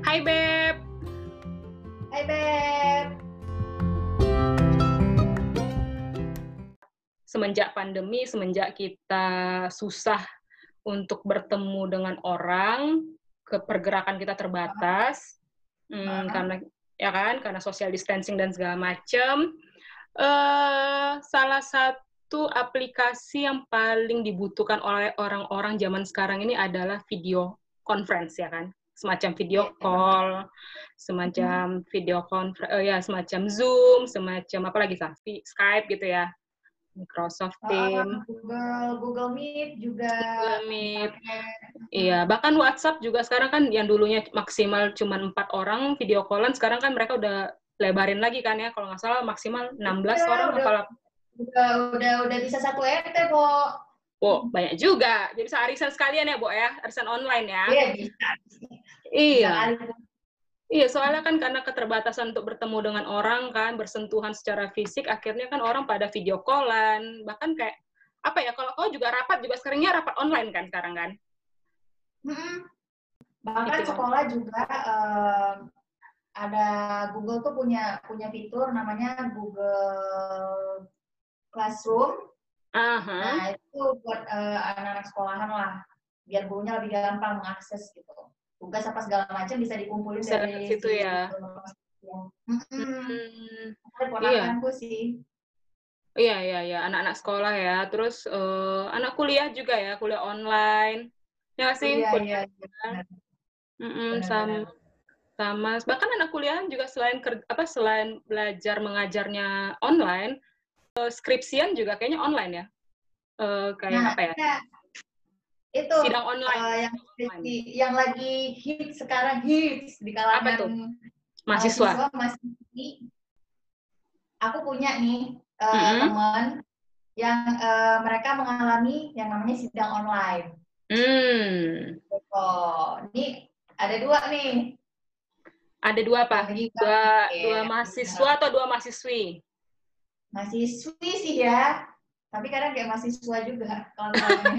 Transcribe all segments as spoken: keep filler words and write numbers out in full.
Hai Beb. Hai Beb. Semenjak pandemi, semenjak kita susah untuk bertemu dengan orang, ke pergerakan kita terbatas, hmm, karena ya kan, karena social distancing dan segala macam. Uh, salah satu aplikasi yang paling dibutuhkan oleh orang-orang zaman sekarang ini adalah video conference, ya kan? Semacam video call, semacam video conference, uh, ya semacam Zoom, semacam apa lagi sih, Skype gitu ya, Microsoft Teams, uh, Google Google Meet juga. Google Meet, iya, bahkan WhatsApp juga sekarang kan yang dulunya maksimal cuma empat orang video callan, sekarang kan mereka udah lebarin lagi kan ya, kalau nggak salah maksimal enam belas ya, orang udah, apalah. Udah, udah, udah bisa satu R T, Bo. Oh, banyak juga. Jadi bisa arisan sekalian ya, Bo ya? Arisan online ya? Iya, bisa. Iya. Bisa. Iya, soalnya kan karena keterbatasan untuk bertemu dengan orang kan, bersentuhan secara fisik, akhirnya kan orang pada video callan. Bahkan kayak, apa ya, kalau kau juga rapat, juga seringnya rapat online kan sekarang kan? Hmm. Bahkan Gitu. Sekolah juga uh, ada Google tuh punya punya fitur namanya Google Classroom. Aha. Nah, itu buat uh, anak-anak sekolahan lah, biar gurunya lebih gampang mengakses gitu. Tugas apa segala macam bisa dikumpulin Bisa dari situ si ya. Hmm. Hmm. Ponakanku Iya. sih. Iya, iya, iya. Anak-anak sekolah ya. Terus uh, anak kuliah juga ya, kuliah online. Ya sih, Iya, kuliah. iya, iya. Mm-mm, sama, sama. Bahkan anak kuliahan juga selain ker, apa selain belajar mengajarnya online, uh, skripsian juga kayaknya online ya. Uh, kayak Nah, apa ya? ya, itu Sidang online. uh, yang Sidang online. yang lagi hit sekarang hits di kalangan Apa tuh? Mahasiswa. mahasiswa mahasiswi. Aku punya nih uh, Mm-hmm. teman yang uh, mereka mengalami yang namanya sidang online. Hmm. Oh, ini ada dua nih. Ada dua apa? Dua, dua mahasiswa atau dua mahasiswi? Mahasiswi sih ya, tapi kadang kayak mahasiswa juga kalau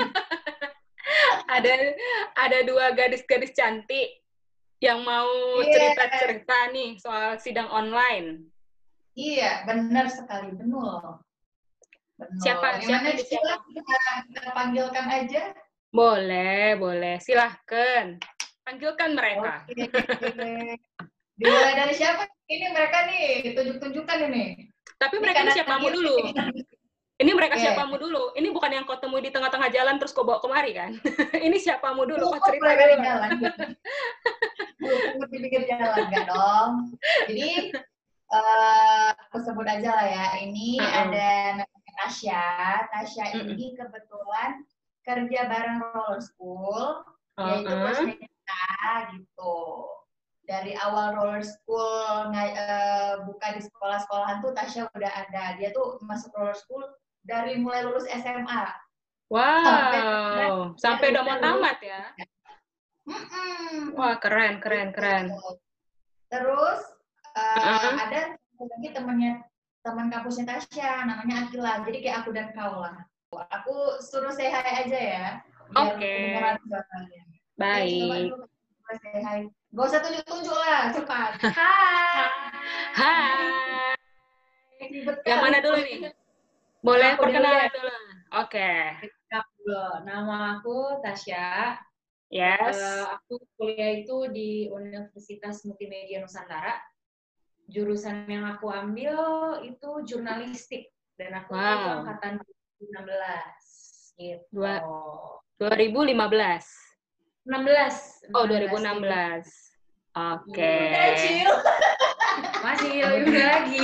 ada ada dua gadis-gadis cantik yang mau cerita-cerita nih soal sidang online. Iya, benar sekali, benar. Benar. Siapa? Siapa di siapa? Kita, kita panggilkan aja. Boleh, boleh. Silahkan. Panggilkan mereka. Oke. Dimulai dari siapa? Ini mereka nih, tunjuk-tunjukkan ini. Tapi ini mereka ini siapamu dulu? Ini mereka okay. siapamu dulu? Ini bukan yang kau temui di tengah-tengah jalan terus kau bawa kemari kan? Ini siapamu dulu? Kau cerita dulu. Di jalan. Bukan di pinggir jalan, enggak dong. Jadi, uh, aku sebut aja lah ya. Ini uh-uh. ada namanya Tasya. Tasya uh-uh. ini kebetulan kerja bareng Roller School, uh-uh. yaitu coachnya kita gitu. Dari awal Roller School uh, buka di sekolah-sekolahan tuh Tasya udah ada. Dia tuh masuk Roller School dari mulai lulus S M A. Wow, sampai, sampai udah mau tamat ya? Mm-mm. Wah, keren, keren, keren. Terus uh, uh-huh. ada lagi temennya, teman kampusnya Tasya, namanya Akila. Jadi kayak aku dan kau lah. Aku suruh say hi aja ya. Oke. Okay. Baik. Ya, say hi. Gak usah tunjuk-tunjuk lah, cepat. Hai. Hai. Yang mana dulu nih? Boleh perkenalan dulu. Oke. Okay. Nama aku Tasya. Yes. Uh, aku kuliah itu di Universitas Multimedia Nusantara. Jurusan yang aku ambil itu jurnalistik dan aku wow. itu angkatan dua ribu enam belas. Gitu. dua ribu lima belas. enam belas. Oh, dua ribu enam belas. Oke. Okay. Kecil. Masih juga lagi.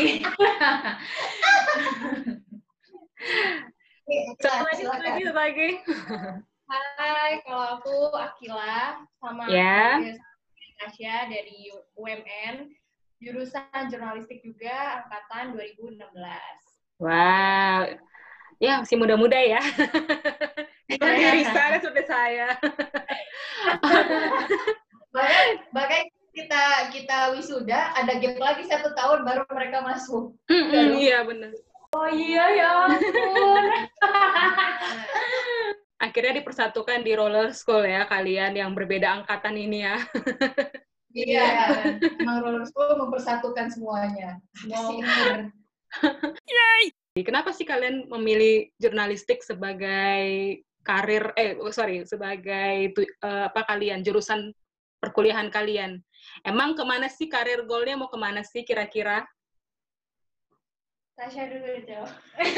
Satu lagi, satu lagi, satu lagi. Hai, kalau aku Akila sama yeah. Tasya dari U M N, jurusan jurnalistik juga angkatan dua ribu enam belas. Wow, ya masih muda-muda ya. Bisa seperti saya. bahkan, bahkan kita kita wisuda ada gap lagi satu tahun baru mereka masuk. Mm-hmm, iya benar. Oh iya ya ampun. Akhirnya dipersatukan di Roller School ya kalian yang berbeda angkatan ini ya. Iya, emang Roller School mempersatukan semuanya. Semua umur. Kenapa sih kalian memilih jurnalistik sebagai karir, eh oh, sorry, sebagai tu, uh, apa kalian, jurusan perkuliahan kalian? Emang kemana sih karir goalnya, mau kemana sih kira-kira? Tasya dulu jawab.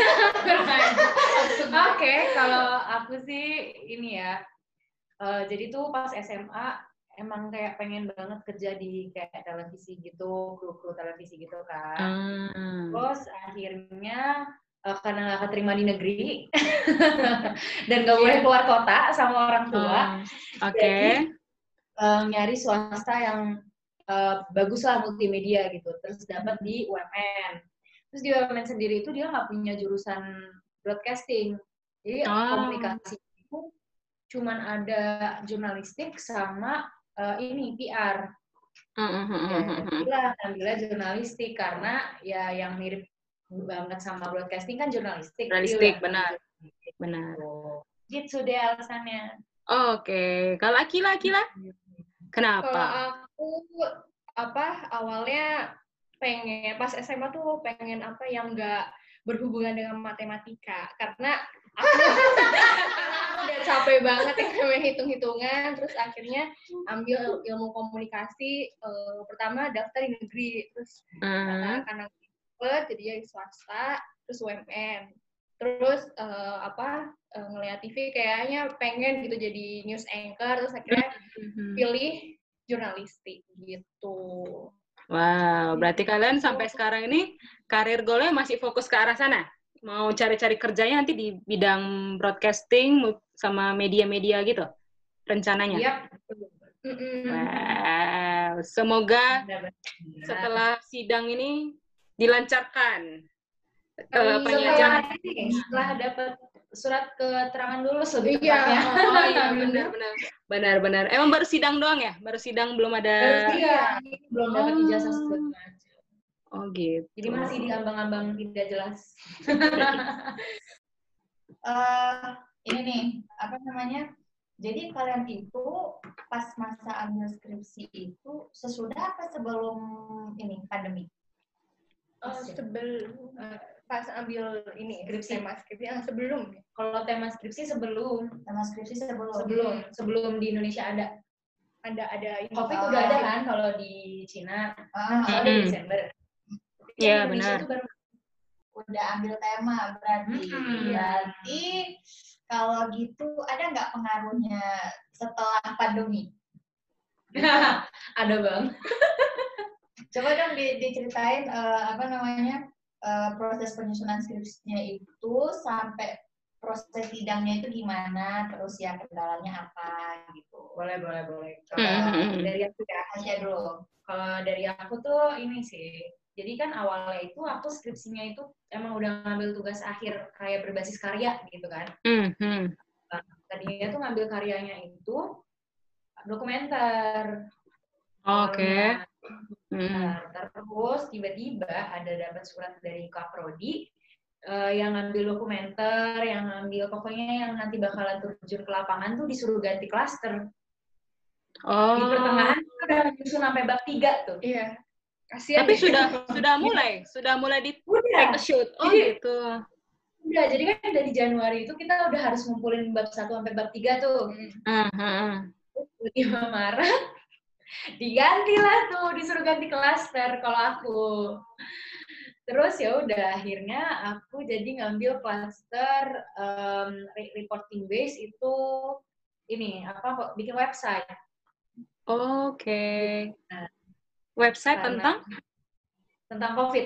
Oke, kalau aku sih ini ya, uh, jadi tuh pas S M A emang kayak pengen banget kerja di kayak televisi gitu, kru-kru televisi gitu kan. Hmm. Terus akhirnya uh, karena nggak keterima di negeri dan nggak boleh keluar kota sama orang tua, Oh, oke. Okay. Uh, nyari swasta yang uh, bagus lah multimedia gitu. Terus dapat di U M N. Terus di U M N sendiri itu dia nggak punya jurusan broadcasting, jadi oh. komunikasi itu cuman ada jurnalistik sama uh, ini P R. Ya, itulah ambilnya jurnalistik karena ya yang mirip banget sama broadcasting kan jurnalistik. Jurnalistik, benar. Benar. Gitu deh alasannya. Oke, okay. Kalau Akila, Akila? Kenapa? Kalau aku apa awalnya pengen pas S M A tuh pengen apa yang enggak berhubungan dengan matematika karena aku, aku udah capek banget yang namanya hitung-hitungan, terus akhirnya ambil ilmu komunikasi, uh, pertama daftar di negeri, terus uh. karena karena jadi swasta, terus U M N, terus uh, apa uh, ngeliat T V kayaknya pengen gitu jadi news anchor, terus akhirnya pilih jurnalistik gitu. Wow, berarti kalian sampai sekarang ini karir goalnya masih fokus ke arah sana? Mau cari-cari kerjanya nanti di bidang broadcasting sama media-media gitu rencananya? Yep. Wow, semoga setelah sidang ini dilancarkan. Uh, setelah ini, setelah dapat surat keterangan lulus lebih tepatnya. Oh iya, benar-benar. Benar-benar. Emang baru sidang doang ya? Baru sidang belum ada. Baru sidang, belum dapat ijazah segala macam. Oh gitu. Jadi masih di ambang-ambang tidak jelas. uh, ini nih, apa namanya? Jadi kalian itu pas masa ambil skripsi itu sesudah apa sebelum ini pandemi? Oh, sebelum uh, pas ambil ini skripsi, tema skripsi yang sebelum. Kalau tema skripsi sebelum, tema skripsi sebelum. Sebelum, sebelum di Indonesia ada. Ada ada ini. Covid oh. udah ada kan kalau di Cina. Ah. Kan ada di Desember. Iya, benar. Itu baru udah ambil tema berarti. Hmm. Berarti kalau gitu ada nggak pengaruhnya setelah pandemi? Ada bang. Coba dong di, diceritain uh, apa namanya uh, proses penyusunan skripsinya itu sampai proses sidangnya itu gimana, terus ya kendalanya apa gitu. Boleh boleh boleh. Kalau mm-hmm. dari aku ya, Asia dulu. Kalau dari aku tuh ini sih. Jadi kan awalnya itu aku skripsinya itu emang udah ngambil tugas akhir kayak berbasis karya gitu kan. Mm-hmm. Nah, tadinya tuh ngambil karyanya itu dokumenter. Oke. Okay. Nah, terus tiba-tiba ada dapat surat dari Kak Prodi uh, yang ngambil dokumenter, yang ngambil pokoknya yang nanti bakalan terjun ke lapangan tuh disuruh ganti klaster. Oh. Di pertengahan udah nyusun sampai bab tiga tuh. Iya. Kasian. Tapi sudah sudah mulai, sudah mulai di udah. take a shoot. Oh jadi, gitu. Udah, jadi kan dari Januari itu kita udah harus ngumpulin bab satu sampai bab tiga tuh. Uh-huh. Terus di Maret digantilah tuh, disuruh ganti klaster kalau aku. Terus ya udah akhirnya aku jadi ngambil klaster um, reporting base itu ini apa kok bikin website. Oke. Okay. Nah, website tentang tentang COVID.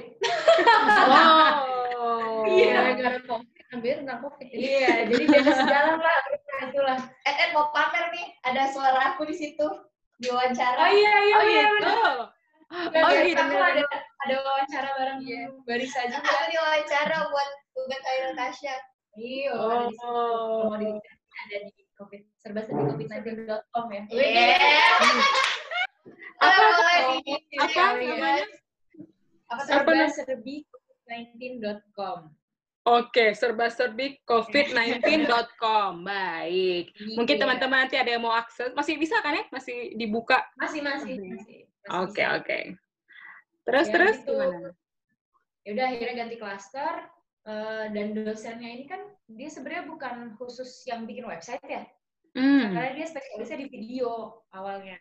Oh. Iya, gara-gara COVID, ambil tentang COVID. Iya, jadi beda sejalan lah, itulah. Eh, eh mau pamer nih, ada suara aku di situ. Diwawancara. Oh iya iya oh, iya. Gitu. Oh gitu. Aku ada ada wawancara bareng yeah. Barisa juga. Aku diwawancara buat tugas Aira Tasya. Iya. Oh. Mau di ada di covid serba serbi covid sembilan belas dot com ya. Iya. Apa boleh di apa namanya? Apa serba serbi covid sembilan belas dot com. Oke, serba-serbi covid sembilan belas dot com. Baik. Mungkin Iya. teman-teman nanti ada yang mau akses. Masih bisa kan ya? Masih dibuka? Masih, masih, masih. masih Oke, bisa. oke. Terus, Ya, terus gitu. gimana? Ya udah akhirnya ganti klaster, uh, dan dosennya ini kan dia sebenarnya bukan khusus yang bikin website ya. Hmm. Karena dia spesialisnya di video awalnya.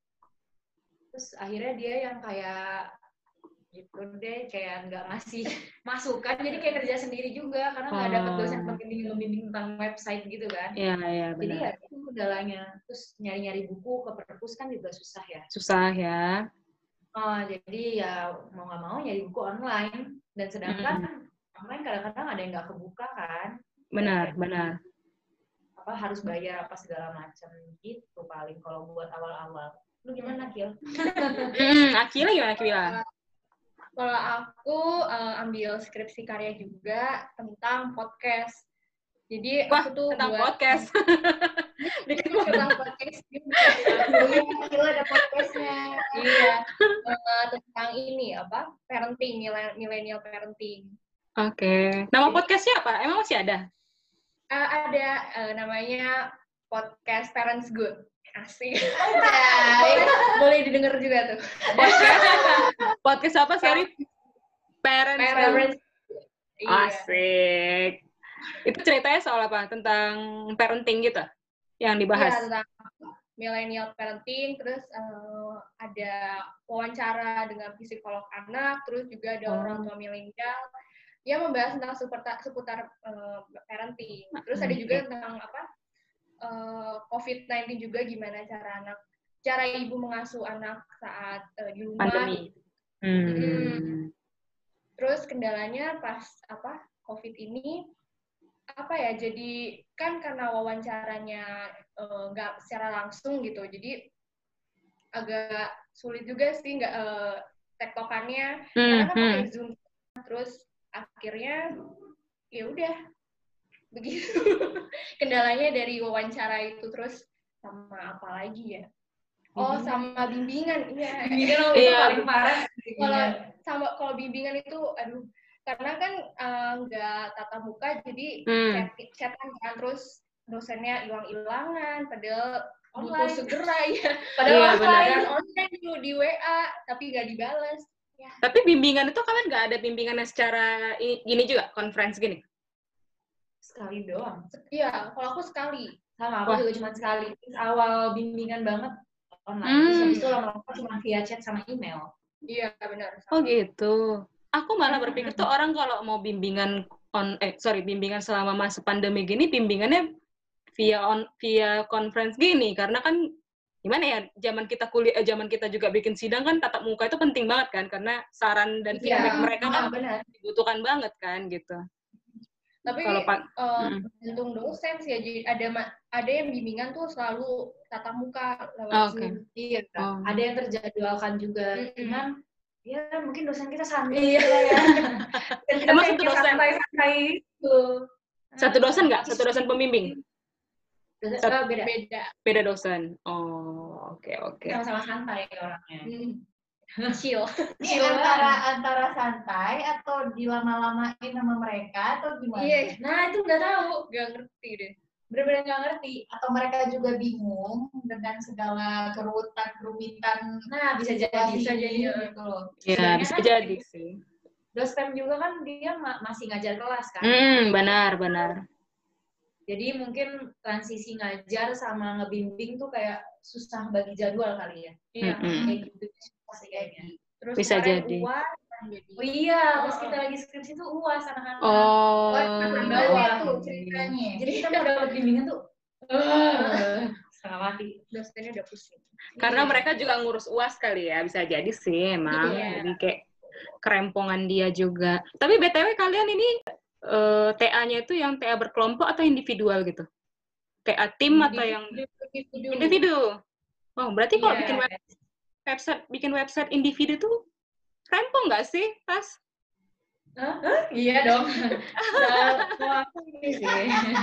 Terus akhirnya dia yang kayak gitu deh, kayak nggak ngasih masukan, jadi kayak kerja sendiri juga karena nggak Oh. dapat dosen pembimbing yang membimbing tentang website gitu kan. Iya, iya, benar. Jadi ya itu kendalanya. Terus nyari-nyari buku ke perpus kan juga susah ya. Susah ya. Oh, jadi ya mau nggak mau nyari buku online, dan sedangkan mm. online kadang-kadang ada yang nggak kebuka kan. Benar, dan, benar. Apa harus bayar apa segala macam gitu paling kalau buat awal-awal. Lu gimana, Kil? Hmm, Akila gimana, Akila? Kalau aku uh, ambil skripsi karya juga tentang podcast. Jadi Wah, aku tuh tentang buat podcast. bikin tentang podcast juga. Iya, ada podcastnya. Iya, uh, tentang ini apa? Parenting, millennial parenting. Oke. Okay. Nama podcastnya apa? Emang masih ada? Uh, ada uh, namanya podcast Parents Good. Asik. boleh, boleh didengar juga tuh. Podcast, podcast apa, sorry? Parents. Parents. Iya. Asik. Itu ceritanya soal apa? Tentang parenting gitu yang dibahas? Iya, tentang millennial parenting, terus uh, ada wawancara dengan psikolog anak, terus juga ada oh. orang tua milenial yang membahas tentang seputar, seputar uh, parenting. Terus ada juga tentang apa? Uh, covid sembilan belas juga, gimana cara anak, cara ibu mengasuh anak saat uh, di rumah. Pandemi. Hmm. Hmm. Terus kendalanya pas apa COVID ini apa ya? Jadi kan karena wawancaranya nggak uh, secara langsung gitu, jadi agak sulit juga sih nggak uh, tektokannya hmm. karena kan pakai Zoom. Terus akhirnya ya udah begitu. Kendalanya dari wawancara itu. Terus sama apa lagi ya? Oh, sama bimbingan. Iya. Bimbingan itu iya. paling parah. Kalau sama kalau bimbingan itu aduh, karena kan nggak uh, tatap muka, jadi hmm. chat chatan kan, terus dosennya hilang-hilangan, padahal butuh segera ya. Padahal iya, online, online dulu di W A, tapi nggak dibalas. Ya. Tapi bimbingan itu kalian nggak ada bimbingannya secara ini juga, conference gini? Sekali doang. Iya, kalau aku sekali. Sama, aku Wah. juga cuma sekali. Awal bimbingan banget online. Hmm. Terus habis itu lama-lama cuma via chat sama email. Iya, benar. Oh gitu. Aku malah berpikir tuh orang kalau mau bimbingan on eh sorry, bimbingan selama masa pandemi gini, bimbingannya via on via conference gini, karena kan gimana ya, zaman kita kuliah, eh, zaman kita juga bikin sidang kan tatap muka itu penting banget kan, karena saran dan feedback ya, mereka kan benar. dibutuhkan banget kan gitu. Tapi kalau tergantung um, dosen sih ya, jadi ada ada yang bimbingan tuh selalu tatap muka lewat oh, Zoom. Okay. Iya kan. Oh. Ada yang terjadwalkan juga. Mm-hmm. Cuman ya mungkin dosen kita santai iya. ya. Dan kita emang satu dosen santai-santai itu. Satu dosen nggak? Satu dosen pembimbing? Dosen, oh, beda. Beda. Beda dosen. Oh, oke okay, oke. Okay. Sama-sama santai orangnya. Hmm. Chill. Ini antara antara santai atau dilama-lamain sama mereka atau gimana? Iya, nah itu nggak tahu, nggak ngerti deh. Benar-benar nggak ngerti. Atau mereka juga bingung dengan segala kerutan kerumitan. Nah bisa jadi, bisa jadi gitu loh. Iya bisa kan, jadi sih. Dosen juga kan dia ma- masih ngajar kelas kan. Hmm benar benar. Jadi mungkin transisi ngajar sama ngebimbing tuh kayak susah bagi jadwal kali ya. Iya. Mm-hmm. Kayak gitu pasti kayaknya. Terus bisa jadi. U A S, oh iya, pas kita lagi skripsi tuh U A S anak-anak. Oh. Bawah tuh ceritanya. Jadi kita mau dapat bimbingan tuh. Uh, setengah mati. Dosennya udah pusing. Karena iya. mereka juga ngurus U A S kali ya, bisa jadi sih emang. Iya. Jadi kayak kerempongan dia juga. Tapi B T W kalian ini uh, T A-nya itu yang T A berkelompok atau individual gitu? T A tim atau yang individu? Individu. Oh, berarti kalau yeah. bikin web, website bikin website individu tuh rempong nggak sih, Tas? Huh? Huh? Iya dong. Kalau aku ini sih.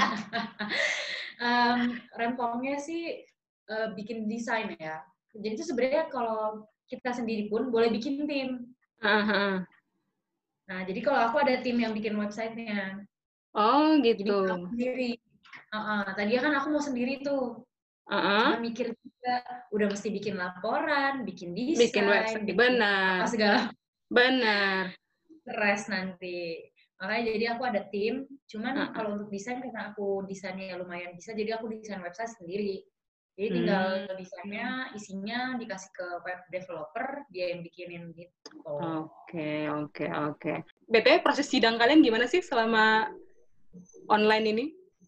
um, rempongnya sih uh, bikin desain ya. Jadi itu sebenarnya kalau kita sendiri pun boleh bikin tim. Uh-huh. Nah, jadi kalau aku ada tim yang bikin websitenya. Oh, Jadi gitu. aku sendiri. Uh-uh. Tadinya kan aku mau sendiri tuh. Uh-uh. Cuma mikir juga, udah mesti bikin laporan, bikin desain, Bikin website, bikin benar. apa segala. Benar. Stres nanti. Makanya jadi aku ada tim, cuman Uh-uh. kalau untuk desain karena aku desainnya lumayan bisa, jadi aku desain website sendiri. Jadi tinggal Hmm. desainnya, isinya dikasih ke web developer, dia yang bikinin gitu. Oke, oke, oke. B T W proses sidang kalian gimana sih selama online ini?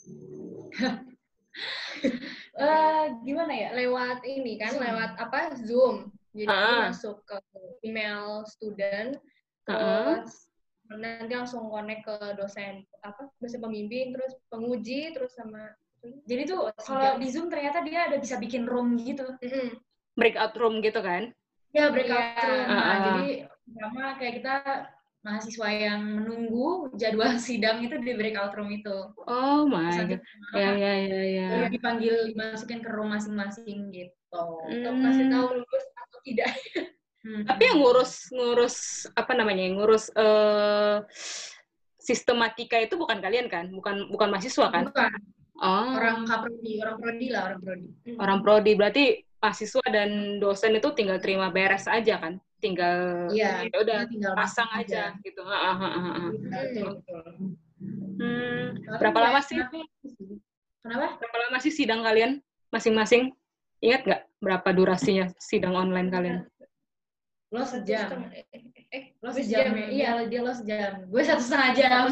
uh, gimana ya? Lewat ini kan, Zoom. lewat apa? Zoom. Jadi Uh-uh. masuk ke email student, Uh-uh. terus nanti langsung connect ke dosen apa? Dosen pembimbing, terus penguji, terus sama. Jadi tuh kalau di Zoom ternyata dia ada bisa bikin room gitu. Mm-hmm. Breakout room gitu kan? Ya, breakout Yeah. room. Nah, Uh-uh. jadi sama kayak kita mahasiswa yang menunggu jadwal sidang itu di breakout room itu. Oh my god. Ya, ya, ya, ya. Baru dipanggil dimasukin ke room masing-masing gitu. Untuk Hmm. kasih tahu lulus atau tidak. Hmm. Tapi yang ngurus ngurus apa namanya? Ngurus uh, sistematika itu bukan kalian kan? Bukan bukan mahasiswa kan? Bukan. Oh. Orang kaprodi, orang prodi lah, orang prodi. Orang prodi berarti mahasiswa dan dosen itu tinggal terima beres aja kan? Tinggal iya, ya udah tinggal pasang aja, aja gitu. Heeh, heeh, heeh. Betul, betul. Hmm, berapa lama sih? Kenapa? Berapa lama sih sidang kalian masing-masing? Ingat nggak berapa durasinya sidang online kalian? Lo sejam. Eh, lo sejam ya? Iya, dia lo sejam. Gue satu setengah jam.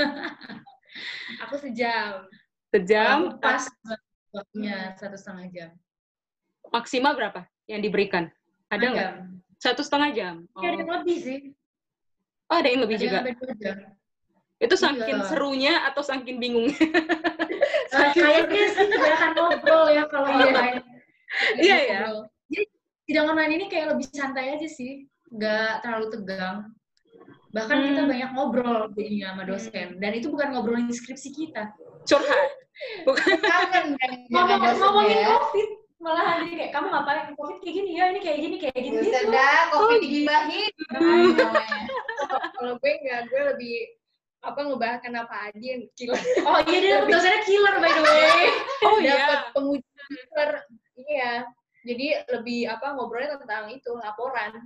Aku sejam. Sejam? Aku pas waktunya satu setengah jam. Maksimal berapa yang diberikan? Ada nggak? Satu setengah jam? Oh. Ada yang lebih sih. Oh, ada yang lebih ada juga? Yang lebih jam. Itu saking iya. serunya atau saking bingungnya? Uh, kayaknya sih kebanyakan ngobrol ya kalau online. Iya ya. Jadi sidang online ini kayak lebih santai aja sih, nggak terlalu tegang. Bahkan hmm. kita banyak ngobrol jadinya sama dosen, dan itu bukan ngobrolin skripsi kita. Curhat. Bukan. Kangen kan? Ngomong, ngomongin COVID, malahan jadi kayak kamu ngapain COVID kayak gini ya, ini kayak gini kayak gini gitu. Sudah, COVID digibahin. Kalau gue nggak, gue lebih apa ngebahas kenapa Adi yang killer. Oh iya, dia dosennya killer by the way. Oh iya. Dapat penguji killer. Iya. Jadi lebih apa ngobrolnya tentang itu laporan.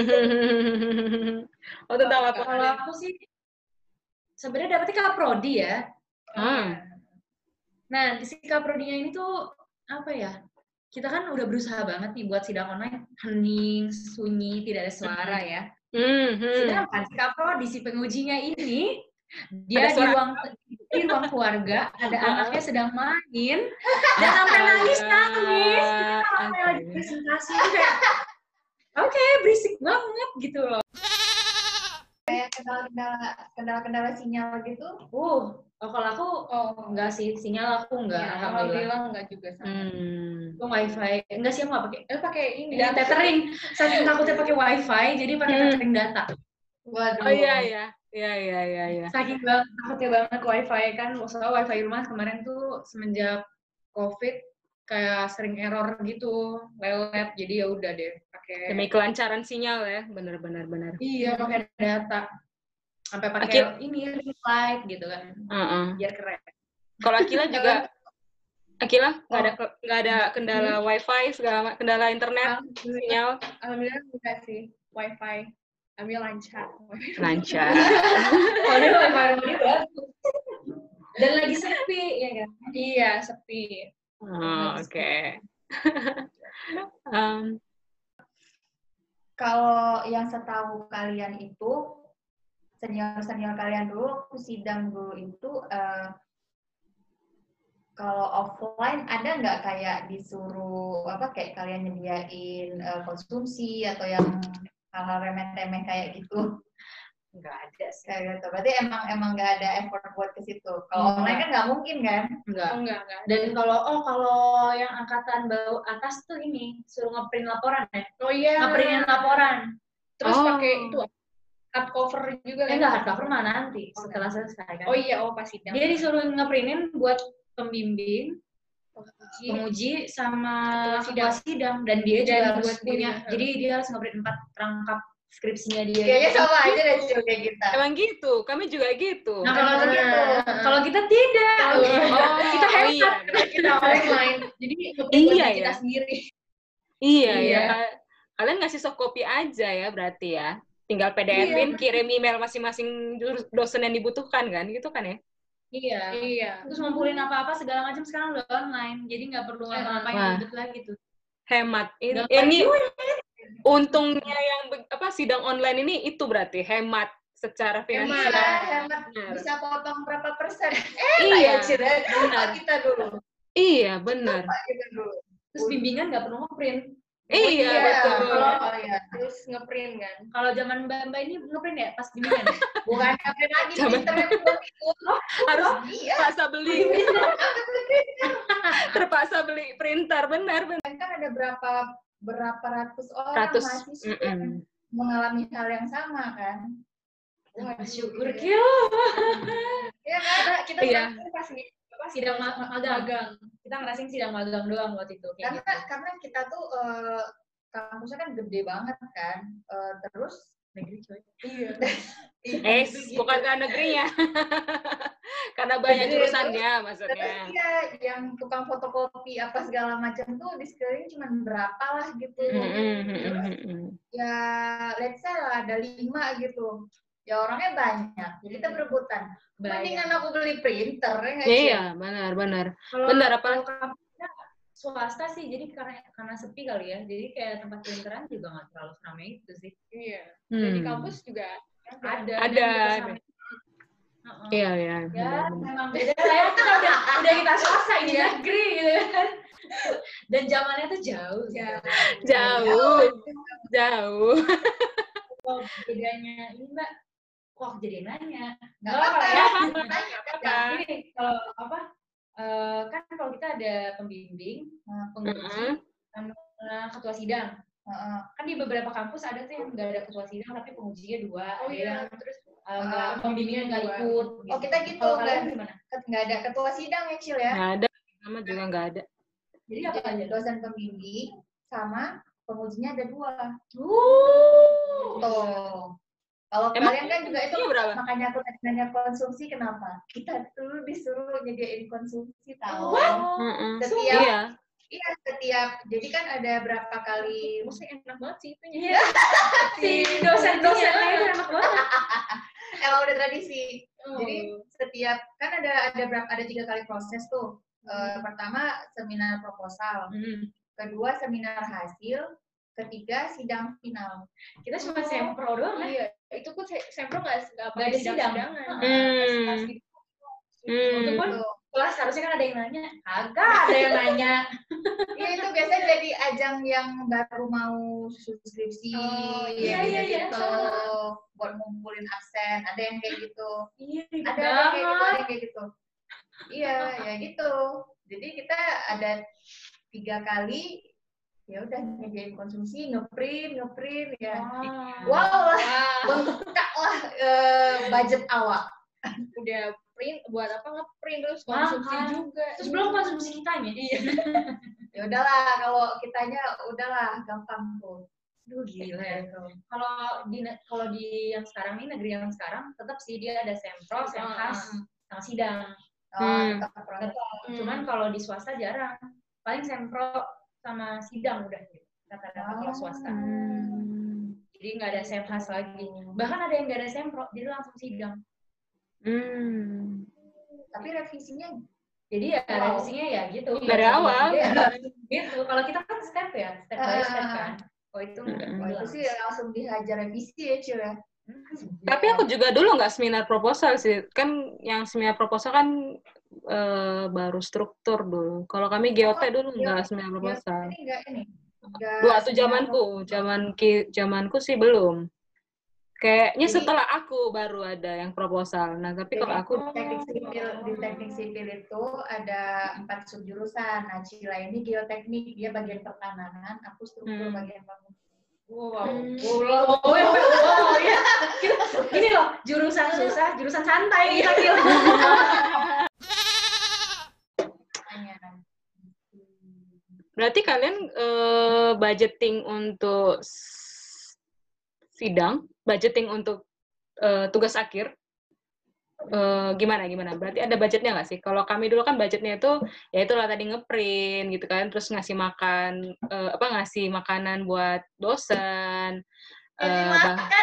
Oh tentang laporan. Kalau aku sih sebenarnya dapetnya kaprodi ya. Hmm. Nah di si kaprodinya ini tuh apa ya? Kita kan udah berusaha banget nih buat sidang online, hening, sunyi, tidak ada suara ya. Sedangkan si kaprodi si pengujinya ini dia di ruang di ruang keluarga ada anaknya sedang main dan sampai nangis nangis sampai lagi presentasi kayak oke okay, berisik banget gitu loh. Kayak kendala-kendala kendala-kendala sinyal gitu. Uh, oh kalau aku oh enggak sih, sinyal aku enggak. Ya, alhamdulillah enggak juga sama. Hmm. Aku wifi. Enggak sih aku enggak pakai. Eh pakai ini. Ya, tethering. Saking takutnya pakai wifi jadi pakai hmm. tethering data. Waduh. Oh iya iya. Iya iya iya iya. Saking banget takutnya banget wifi kan, soalnya wifi rumah kemarin tuh semenjak COVID kayak sering error gitu, lelet, jadi ya udah deh pakai. Demi kelancaran sinyal ya, benar-benar benar. Iya pakai data, sampai pakai Akil. Ini ring light gitu kan, uh-uh. biar keren. Kalau Akila juga, Akila nggak oh. ada nggak ada kendala hmm. wifi, segala kendala internet, sinyal. Alhamdulillah enggak sih, wifi. Ambil lancar. Lancar. Oh, dia wifi ini bagus. Dan lagi sepi, ya kan? Iya, sepi. Oh, oke. Okay. um. Kalau yang setahu kalian itu, senior-senior kalian dulu, aku sidang dulu itu, uh, kalau offline ada nggak kayak disuruh, apa kayak kalian nyediain uh, konsumsi atau yang hal-hal remeh-remeh kayak gitu? Nggak ada sih. Kayak gitu. Berarti emang emang nggak ada effort buat ke situ. Kalau hmm. online kan nggak mungkin kan? Nggak. Oh, enggak, enggak. Dan kalau oh kalau yang angkatan bawah atas tuh ini suruh ngeprint laporan ya? Oh iya. Ngeprintin laporan. Terus oh. pakai itu hard cover juga kan? Eh, enggak, hard cover mah nanti setelah selesai kan. Oh iya, oh pas sidang. Dia disuruh ngeprintin buat pembimbing, penguji, penguji sama ketua sidang. sidang dan dia dan juga harus buat punya. Diri. Jadi dia harus ngeprint empat perangkap skripsinya dia. Kayaknya gitu. sama aja deh Cil kayak kita. Emang gitu, kami juga gitu. Nah, kalau Nah, gitu, kalau kita tidak. Oh, Oh, kita oh hemat iya. karena kita online. Jadi ngeprint Iya, buat diri ya. kita sendiri. Iya, Iya. ya. Ka- Kalian ngasih soft copy aja ya berarti ya. Tinggal P D F-in, kirim email masing-masing jurus- dosen yang dibutuhkan kan, gitu kan ya? Iya. Iya. Terus ngumpulin apa-apa segala macam sekarang udah online, jadi nggak perlu ngapa-ngapain Wah. ribet lagi tuh. Hemat. Ini, Gampang ini juga. untungnya yang be- apa sidang online ini itu berarti hemat secara finansial. Hemat, hemat Benar. bisa potong berapa persen? Iya, Ya Cil, ya. Coba kita dulu. iya benar. Coba kita dulu. Terus bimbingan nggak perlu ngeprint. Iya, betul. Kalau oh, iya. Terus ngeprint kan. Kalau zaman Mbak Mbak ini ngeprint ya pas bimbingan. ya? Bukan ngeprint lagi Zaman- printer yang belum ikut. Harus Iya. terpaksa beli terpaksa beli printer, benar benar. Kan ada berapa berapa ratus orang Ratus. mahasiswa Mm-mm. yang mengalami hal yang sama kan? Bersyukur iya. Kil. Iya kan? Kita kita Iya. ngerasain pas nih apa Sidang ma- magang. magang. Kita ngerasain sidang magang doang waktu itu. Kayak Karena gitu. karena kita tuh eh, kampusnya kan gede banget kan. Eh, terus Negeri coy. iya. Eh, bukan karena negerinya. Karena banyak Jadi, jurusannya Terus maksudnya. iya, yang tukang fotokopi apa segala macam tuh di sekeliling cuma berapa lah gitu. Mm-mm, Terus mm-mm. ya let's say lah ada lima gitu. Ya orangnya banyak. Jadi kita berebutan. Mendingan aku beli printer ya nggak sih? Iya, benar benar. Kalau Benar, apa- kalau kampusnya swasta sih, jadi karena karena sepi kali ya. Jadi kayak tempat printeran juga nggak terlalu ramai itu sih. Iya. Dan di Hmm. kampus juga Ada. Ada, dan ada. bersama- Heeh. Iya, iya. Ya, benar, benar. memang beda lah ya. Kita udah udah kita swasta ini negeri gitu kan. Dan zamannya tuh jauh. Jauh. Jauh. Jauh. Oh, bedanya ini Mbak. Kok jadi nanya? Nggak Oh, apa-apa. ya. Tanya aja. Apa? Ini kalau apa? eh, kan kalau kita ada pembimbing, Nah, penguji, Mm-mm. sama ketua sidang. Heeh. Kan di beberapa kampus ada tuh yang nggak ada ketua sidang tapi pengujinya dua. Oh ada iya. yang Terus eh, nggak pembimbingnya nggak dua. ikut. Oh, kita gitu, Kalau kalian kan? gimana? Nggak ada ketua sidang ya Cil ya? Nggak ada. Sama juga nggak ada. Jadi apa aja? Dosen pembimbing sama pengujinya ada dua. Uh. Tuh. Kalau Emang kalian kan juga itu pengujinya berapa? makanya aku tadi nanya konsumsi kenapa? Kita tuh disuruh nyediain konsumsi tahu. Mm-mm. Setiap Iya. iya setiap jadi kan ada berapa kali musik enak banget sih itu. Iya. Si dosen-dosennya itu enak banget. emang udah tradisi. Oh. Jadi setiap kan ada ada berapa ada tiga kali proses tuh. Eh, pertama seminar proposal, Hmm. kedua seminar hasil, ketiga sidang final. Kita cuma Oh. sempro doang kan? Iya, itu pun se- sempro nggak nggak Nggak ada sidang. sidang-sidangan. Hmm. Itu Hmm. pun Gitu. kelas harusnya kan ada yang nanya. Kagak ada yang nanya. Iya itu biasanya jadi ajang yang baru mau susun skripsi, Oh, iya, iya, iya. gitu, buat ngumpulin absen. Ada yang kayak gitu. Iya, Ada ada yang kayak gitu, ada yang kayak gitu. Iya, ya gitu. Jadi kita ada tiga kali, ya udah nyediain konsumsi, ngeprint, ngeprint ya. Wow. Wow lah, Wah, bengkak lah eh, budget awak. udah print buat apa ngeprint terus Mahal. konsumsi juga. Terus belum konsumsi kitanya. Iya. Ya udahlah, kalau kitanya udahlah gampang tuh. Aduh gila ya. Gitu. Kalau di ne- kalau di yang sekarang nih negeri yang sekarang tetap sih dia ada sempro, semhas, sama sidang. Oh, Hmm. tetap proses. Hmm. Cuman kalau di swasta jarang. Paling sempro sama sidang udah gitu. Rata-rata kalau swasta. Hmm. Jadi nggak ada semhas lagi. Bahkan ada yang nggak ada sempro, jadi langsung sidang. Hmm. Tapi revisinya Jadi ya Wow. revisinya ya gitu. Dari awal. Iya, gitu. Kalau kita kan step ya, step by step Ah. kan. Oh itu enggak. Mm-mm. wah, itu sih langsung dihajar revisi ya Cil ya. Tapi aku juga dulu nggak seminar proposal sih. Kan yang seminar proposal kan eh, baru struktur dulu. Kalau kami G O T dulu nggak seminar proposal. Ini enggak ini. Enggak Dua waktu seminar zamanku, proposal. zaman ki- zamanku sih belum. Kayaknya Jadi- setelah aku baru ada yang proposal. Nah, tapi Jadi kalau aku di teknik sipil di teknik sipil itu ada empat subjurusan. Nah, Cila ini geoteknik, dia bagian pertanahan, aku struktur Hmm. bagian bangunan. Wow. Hmm. Wow. Wow. Wow. Ya. Ini loh, jurusan susah, jurusan santai kita Gil. berarti kalian eh, budgeting untuk s- sidang, budgeting untuk uh, tugas akhir. Uh, gimana gimana? Berarti ada budgetnya nggak sih? Kalau kami dulu kan budgetnya itu ya itulah tadi ngeprint gitu kan, terus ngasih makan uh, apa ngasih makanan buat dosen, Ngasih uh, makan.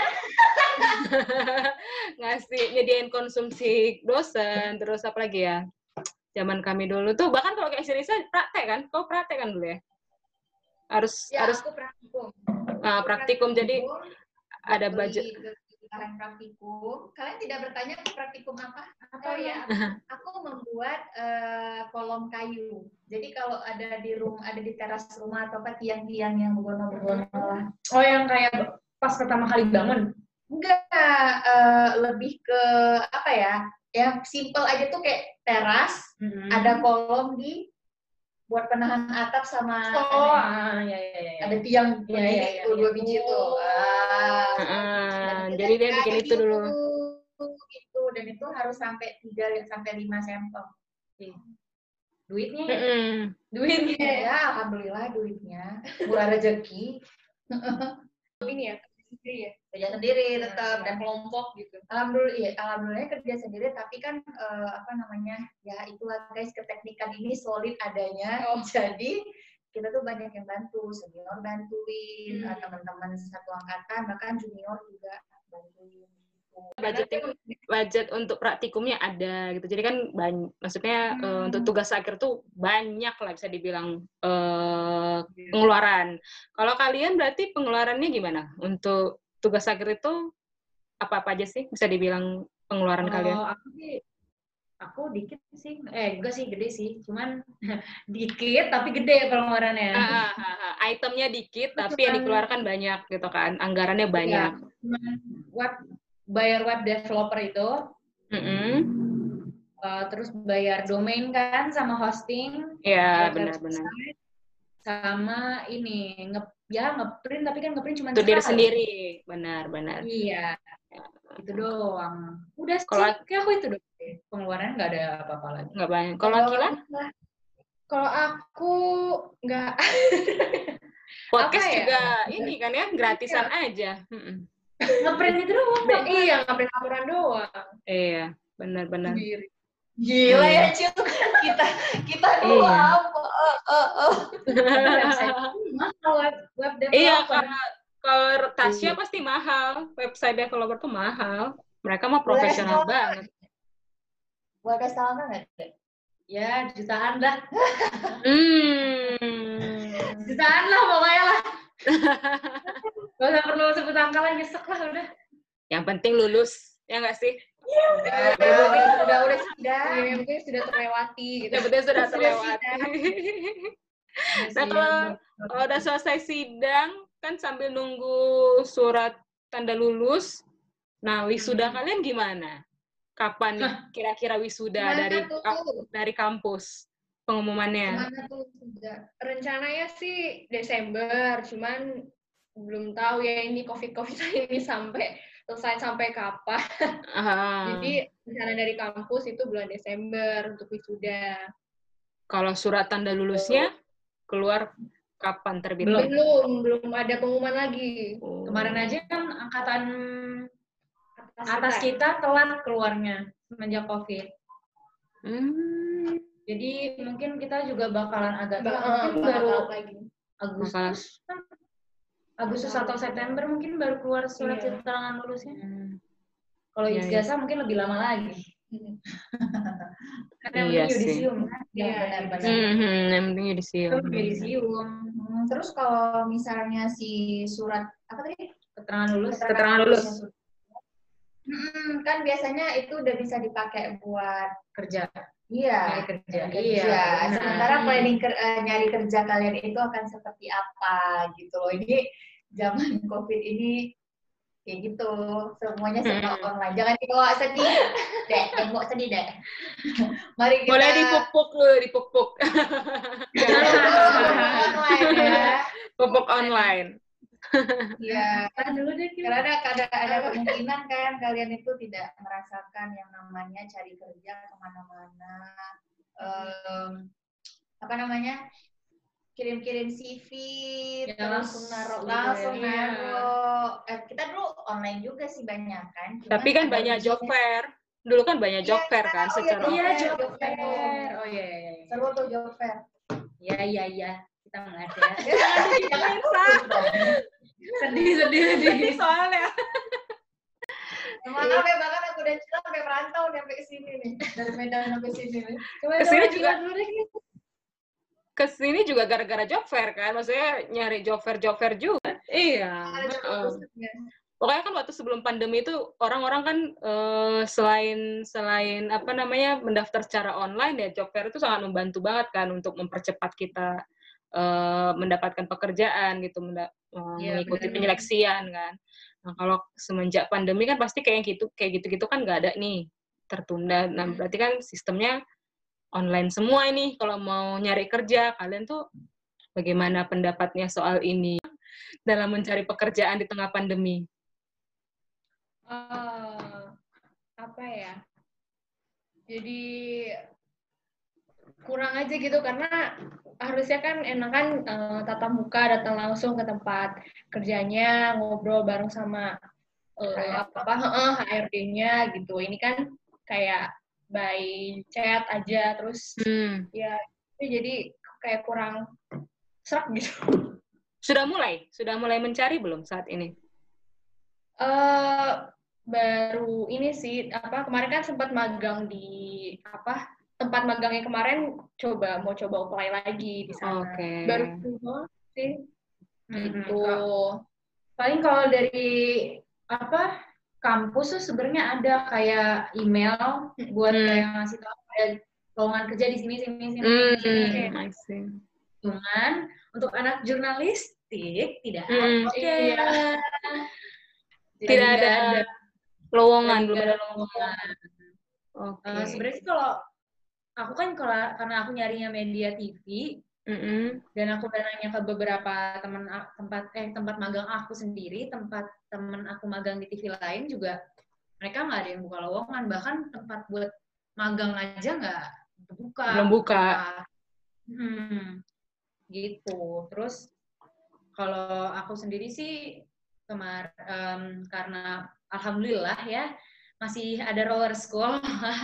ngasih nyediain konsumsi dosen, terus apa lagi ya? Zaman kami dulu tuh bahkan kalau kayak Sirisa praktek kan? Kau praktek kan dulu ya? Harus Ya, harus aku praktikum. uh, praktikum, jadi ada budget. Kalian praktikum, kalian tidak bertanya praktikum apa? Apa ya? Aku membuat uh, kolom kayu. Jadi kalau ada di rumah, ada di teras rumah atau apa tiang-tiang yang berwarna-warna. Oh, yang kayak pas pertama kali bangun? Enggak, uh, lebih ke apa ya? Yang simple aja tuh kayak teras, mm-hmm. ada kolom di buat penahan atap sama oh ah, ya, ya, ya. ada tiang ya, ya, ya, dua ya. biji itu. Ah, ah, jadi dia bikin itu dulu. Itu dan itu harus sampai tiga sampai lima sampel. Duitnya? Mm -hmm. Duitnya ya, alhamdulillah duitnya. Murah rezeki. Ini ya sendiri ya. Kerja sendiri tetap dan kelompok gitu. Alhamdulillah, iya, alhamdulillah kerja sendiri tapi kan uh, apa namanya ya itulah guys keteknikan ini solid adanya. Oh. Jadi kita tuh banyak yang bantu, senior bantuin, hmm. teman-teman satu angkatan bahkan junior juga bantuin. Budget budget untuk praktikumnya ada gitu. Jadi kan banyak, maksudnya hmm. uh, untuk tugas akhir tuh banyak lah bisa dibilang uh, pengeluaran. Kalau kalian berarti pengeluarannya gimana? Untuk tugas akhir itu apa-apa aja sih bisa dibilang pengeluaran oh, kalian? Aku sih aku dikit sih. Eh, enggak sih gede sih. Cuman dikit tapi gede pengeluarannya. Ah, ah, ah, ah. Itemnya dikit tapi yang dikeluarkan banyak gitu kan. Anggarannya banyak. Ya, web bayar web developer itu, mm-hmm. uh, terus bayar domain kan sama hosting, ya benar-benar, sama ini nge ya ngeprint tapi kan ngeprint cuma itu diri sendiri, benar-benar. Iya, itu doang. Udah sih, kayak aku itu doang. Pengeluaran nggak ada apa-apa lagi. Nggak banyak. Kalau Akila? Kalau aku nggak. Podcast ya? juga ini kan ya gratisan ya. aja. Mm-mm. Ngeprint itu doang. Iya, ngeprint laporan doang. Iya, benar-benar. Gila ya, Cil. Kita kita doang. Mahal web developer. Iya, karena kalau Tasya pasti mahal. Website developer tuh mahal. Mereka mah profesional banget. Boleh kasih tahu nggak? Ya, jutaan dah. Hmm. Jutaan lah pokoknya lah. Gak usah perlu sebut angka lah, nyesek lah udah. Yang penting lulus, ya nggak sih? Ya, udah, udah, udah, udah, udah, sudah. Yang penting sudah terlewati. Gitu. Yang penting sudah terlewati. Nah kalau kalau udah selesai sidang, kan sambil nunggu surat tanda lulus. Nah wisuda hmm. kalian gimana? Kapan nih kira-kira wisuda Mana dari tuh? dari kampus? Pengumumannya? Mana tuh sudah? Rencananya sih Desember, cuman belum tahu ya ini COVID-COVID ini sampai selesai sampai kapan. Uh. Jadi rencana dari kampus itu bulan Desember untuk wisuda. Kalau surat tanda lulusnya keluar kapan terbit? Belum, belum, belum ada pengumuman lagi. Oh. Kemarin aja kan angkatan atas, atas kita telat keluarnya semenjak COVID. Hmm. Jadi mungkin kita juga bakalan agak ba mungkin ba baru lagi. Agustus, Agustus atau September mungkin baru keluar surat yeah. keterangan lulusnya. Hmm. Kalau yeah, ijazah yeah. mungkin lebih lama lagi. Karena iya yang yudisium kan? Iya, benar-benar. Mm-hmm. Yang penting yudisium. Yudisium. Hmm, terus kalau misalnya si surat apa tadi? Keterangan lulus. Keterangan lulus. Hmm, kan biasanya itu udah bisa dipakai buat kerja. Iya, kerja. kerja. Iya. Sementara planning ker uh, nyari kerja kalian itu akan seperti apa gitu loh. Ini zaman COVID ini kayak gitu, semuanya serba hmm. online. Jangan dibawa sedih, deh, jangan bawa sedih deh. Mari kita. Boleh dipupuk lu, dipupuk. Online ya. Pupuk online. Iya, kan dulu deh. Karena ada, ada, ada kemungkinan kan kalian itu tidak merasakan yang namanya cari kerja kemana-mana. Um, apa namanya? kirim-kirim C V, ya, terus langsung naruh langsung gitu ya. naruh. Eh, kita dulu online juga sih banyak kan. Cuman Tapi kan ada banyak ujian. job fair. Dulu kan banyak job Iya, fair kan oh iya, secara job Iya, online. fair, job job fair. fair. Oh iya, iya, iya. Seru tuh job fair. Iya, iya, iya. Kita mengerti ya. Jangan putus dong. Sedih, sedih, sedih. Soalnya. Maaf ya, bahkan aku udah Cila sampai merantau nih sampai sini nih. Dari Medan sampai sini nih. Coba Kesini coba juga- Cila dulu deh. Kesini juga gara-gara job fair kan, maksudnya nyari job fair job fair juga. Iya. Ada job heeh. fair. Pokoknya kan waktu sebelum pandemi itu orang-orang kan eh, selain selain apa namanya mendaftar secara online ya, job fair itu sangat membantu banget kan untuk mempercepat kita eh, mendapatkan pekerjaan gitu, menda- eh, Iya, mengikuti benar. penyeleksian kan. Nah kalau semenjak pandemi kan pasti kayak gitu kayak gitu-gitu kan nggak ada nih, tertunda. Nah berarti kan sistemnya online semua ini. Kalau mau nyari kerja, kalian tuh bagaimana pendapatnya soal ini dalam mencari pekerjaan di tengah pandemi? Eh, apa ya? Jadi kurang aja gitu karena harusnya kan enakan eh, tatap muka datang langsung ke tempat kerjanya, ngobrol bareng sama eh, apa heeh, H R D-nya gitu. Ini kan kayak by chat aja terus Hmm. ya itu jadi kayak kurang serak gitu. Sudah mulai? Sudah mulai mencari belum saat ini? Eh baru ini sih apa kemarin kan sempat magang di apa tempat magangnya kemarin coba mau coba apply lagi di sana. Oke. Baru itu doang sih. Mm-mm. Gitu. Paling kalau dari apa kampus tuh sebenarnya ada kayak email buat Hmm. kayak ngasih tahu ada lowongan kerja di sini sini sini sini, sini. Hmm, I see. Cuman untuk anak jurnalistik tidak Hmm. ada. Iya. Jadi Tidak nggak ada lowongan, Lagi belum nggak ada ada lowongan. Oke. Uh, sebenarnya sih kalau aku kan kalau karena aku nyarinya media T V Mm-mm. dan aku udah nanya ke beberapa teman a- tempat eh tempat magang aku sendiri, tempat teman aku magang di T V lain juga mereka nggak ada yang buka lowongan, bahkan tempat buat magang aja nggak buka. Belum buka. Hmm, gitu. Terus kalau aku sendiri sih kemar em, karena alhamdulillah ya masih ada roller school.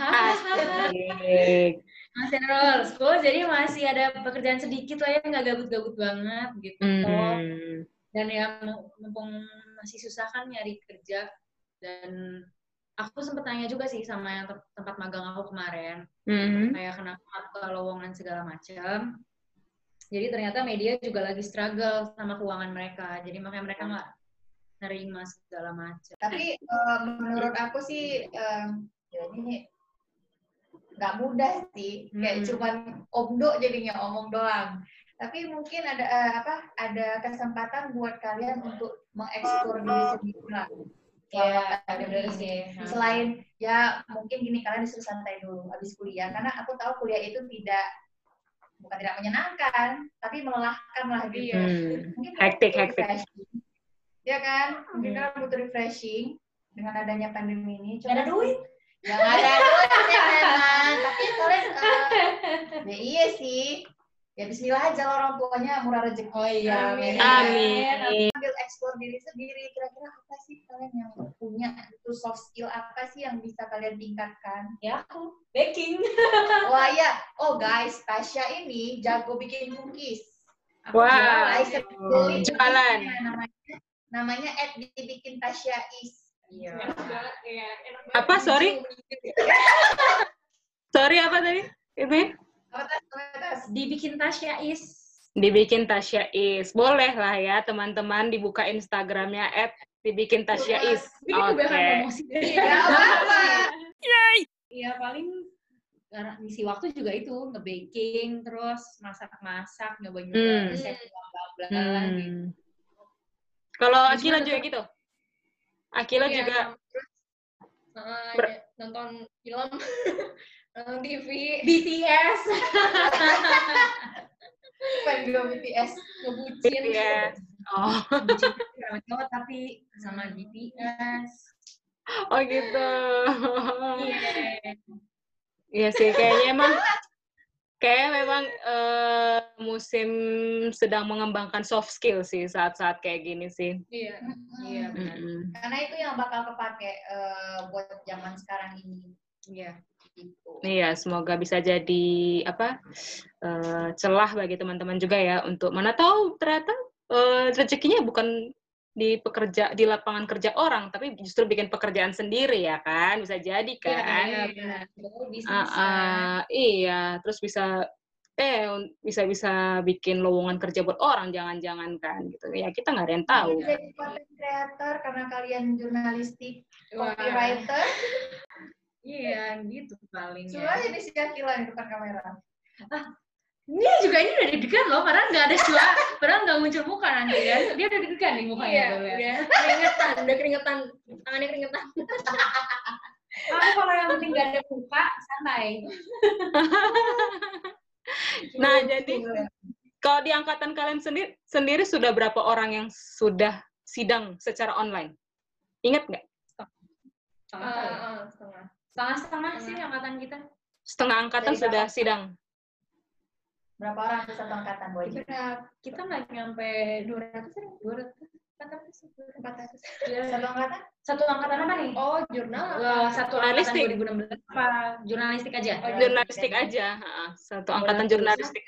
Asik. Masih ada roller school, jadi masih ada pekerjaan sedikit lah ya, nggak gabut-gabut banget gitu. Hmm. Dan yang mumpung masih susah kan nyari kerja, dan aku sempet tanya juga sih sama yang te- tempat magang aku kemarin, Hmm. kayak kenapa ke lowongan segala macam. Jadi ternyata media juga lagi struggle sama keuangan mereka, jadi makanya mereka nggak nerima segala macam. Tapi eh, menurut aku sih eh, ya ini nggak mudah sih, kayak Hmm. cuman omdo jadinya omong doang. Tapi mungkin ada eh, apa? Ada kesempatan buat kalian untuk mengeksplor diri sendiri lah. Iya, Selama pandemi bener ini. sih. Selain ya mungkin gini kalian disuruh santai dulu habis kuliah, karena aku tahu kuliah itu tidak bukan tidak menyenangkan, tapi melelahkan lah gitu. Hmm. Mungkin Hektik, butuh hektik. refreshing. Ya kan? Mungkin Hmm. kalian butuh refreshing dengan adanya pandemi ini. Nggak ada duit. Ya nggak ada duit ya memang. Tapi kalian, uh, ya iya sih. Ya bismillah aja lah, orang tuanya murah rezeki. Oh iya, Amin. Amin. Ambil explore diri sendiri. Kira-kira apa sih kalian yang punya itu soft skill apa sih yang bisa kalian tingkatkan? Ya aku baking. Wah ya, oh guys, Tasya ini jago bikin cookies. Wah, jualan, saya beli jualan. cookiesnya, namanya namanya at dibikin Tasya is. Iya. Enak banget ya. Enak banget. Apa? Sorry? Sorry, apa tadi? Itu ya? Apa tas? Apa tas? Dibikin Tasya is. Dibikin Tasya Is. Boleh lah ya, teman-teman dibuka Instagramnya at dibikin Tasya Is. Ini kebanyakan Oke. promosi. Iya, apa-apa. Iya, paling karena ngisi waktu juga itu nge-baking, terus masak-masak, nyoba-nyoba Hmm. resep bla-bla gitu. Hmm. Kalau Ya, Akila cuma juga tetap- gitu? Akila Iya, juga terus uh, Ber- nonton film, nonton T V, B T S. Bukan juga B T S. ngebucin. B T S. Oh, Bucin sama cowok tapi sama B T S. oh gitu. Iya. Iya sih, kayaknya emang Kayaknya memang uh, musim sedang mengembangkan soft skill sih saat-saat kayak gini sih. Iya. Mm-mm. Iya benar. Mm-mm. Karena itu yang bakal kepake uh, buat zaman sekarang ini. Iya. Gitu. Iya, semoga bisa jadi apa uh, celah bagi teman-teman juga ya untuk mana tahu ternyata uh, rezekinya bukan di pekerja di lapangan kerja orang, tapi justru bikin pekerjaan sendiri ya kan, bisa jadi kan. Iya benar. Betul, bisa Uh, bisa. uh, iya, terus bisa eh bisa bisa bikin lowongan kerja buat orang, jangan-jangan kan gitu. Ya kita nggak ada yang tahu. Mungkin jadi content creator karena kalian jurnalistik, Wah. copywriter. Iya, gitu paling Suruh ya. aja di si Akila di depan kamera. Ini juga ini udah deg-degan loh, padahal nggak ada suara, padahal nggak muncul muka nanti kan. Dia udah deg-degan nih mukanya. Iya, tuh, lihat. udah keringetan, udah keringetan, tangannya keringetan. Aku kalau yang penting nggak ada muka, santai. Nah, jadi kalau di angkatan kalian sendiri, sendiri sudah berapa orang yang sudah sidang secara online? Ingat nggak? Setengah Uh, kali ya? uh, setengah. Setengah-setengah sih angkatan kita. Setengah angkatan Dari sudah berapa? sidang. Berapa orang tuh satu angkatan, Boy? Kita kita nggak nyampe dua ratus ya? dua ratus empat ratus empat ratus. Ya, Satu angkatan? satu angkatan apa nih? Oh, jurnal. Wah, satu angkatan Jurnalistik. dua ribu enam belas apa? Jurnalistik aja. Oh, Jurnalistik aja, ha, satu angkatan dua ratus. jurnalistik.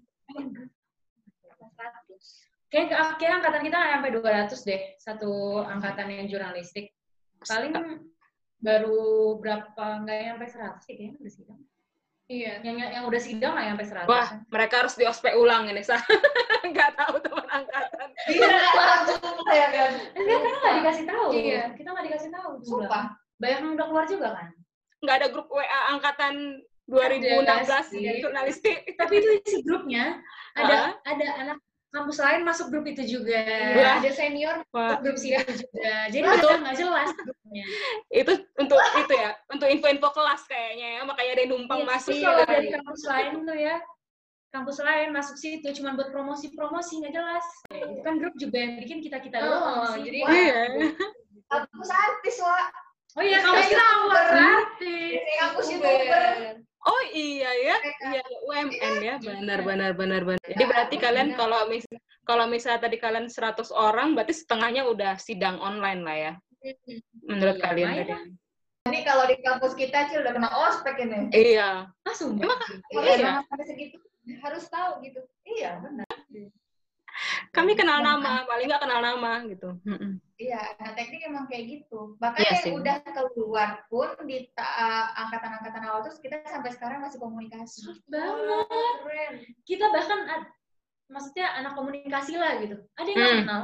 Kayak kayak angkatan kita nggak sampai dua ratus deh, satu angkatan yang jurnalistik. Paling baru berapa, nggak nyampe seratus sih kayaknya udah sidang. Iya. Yang, yang, yang udah sidang nggak nyampe seratus. Wah, mereka harus di ospek ulang ini, Sa. Nggak tahu teman angkatan. Iya, langsung ya kan. Enggak, karena nggak dikasih tahu. Iya. Kita nggak dikasih tahu. Sumpah. Banyak yang udah keluar juga kan. Nggak ada grup W A angkatan dua ribu enam belas Iya. jurnalistik. Tapi itu isi grupnya. Ada Hah? ada anak kampus lain masuk grup itu juga. Wah. Ada senior. Wah, Grup sini juga. Jadi Betul. kita nggak jelas grupnya. itu untuk itu ya, untuk info-info kelas kayaknya ya, makanya ada yang numpang Iya, masuk. terus kalau dari kampus lain tuh ya, kampus lain masuk situ cuma buat promosi-promosi nggak jelas. Itu kan grup juga yang bikin kita kita doang Oh, sih. jadi Wah. Iya. Kampus artis, Wak. Oh iya, kampus kita YouTuber. artis. Dari kampus youtuber. Oh iya ya, iya U M N ya, benar benar benar benar. Jadi berarti kalian kalau mis kalau misalnya tadi kalian seratus orang, berarti setengahnya udah sidang online lah ya, menurut Iya, kalian lumayan tadi. Ini kalau di kampus kita Cil udah kena ospek ini. Iya. Ah, sumpah. Iya, Iya. sampai segitu. Harus tahu gitu. Iya, benar. Kami kenal nama, paling nggak kenal nama gitu. Mm-mm. Iya, nah teknik emang kayak gitu. Bahkan Iya yang sih. udah keluar pun di ta- angkatan-angkatan awal terus kita sampai sekarang masih komunikasi. Banget. Keren. Kita bahkan ad- maksudnya anak komunikasi lah gitu. Ada yang nggak Hmm. kenal.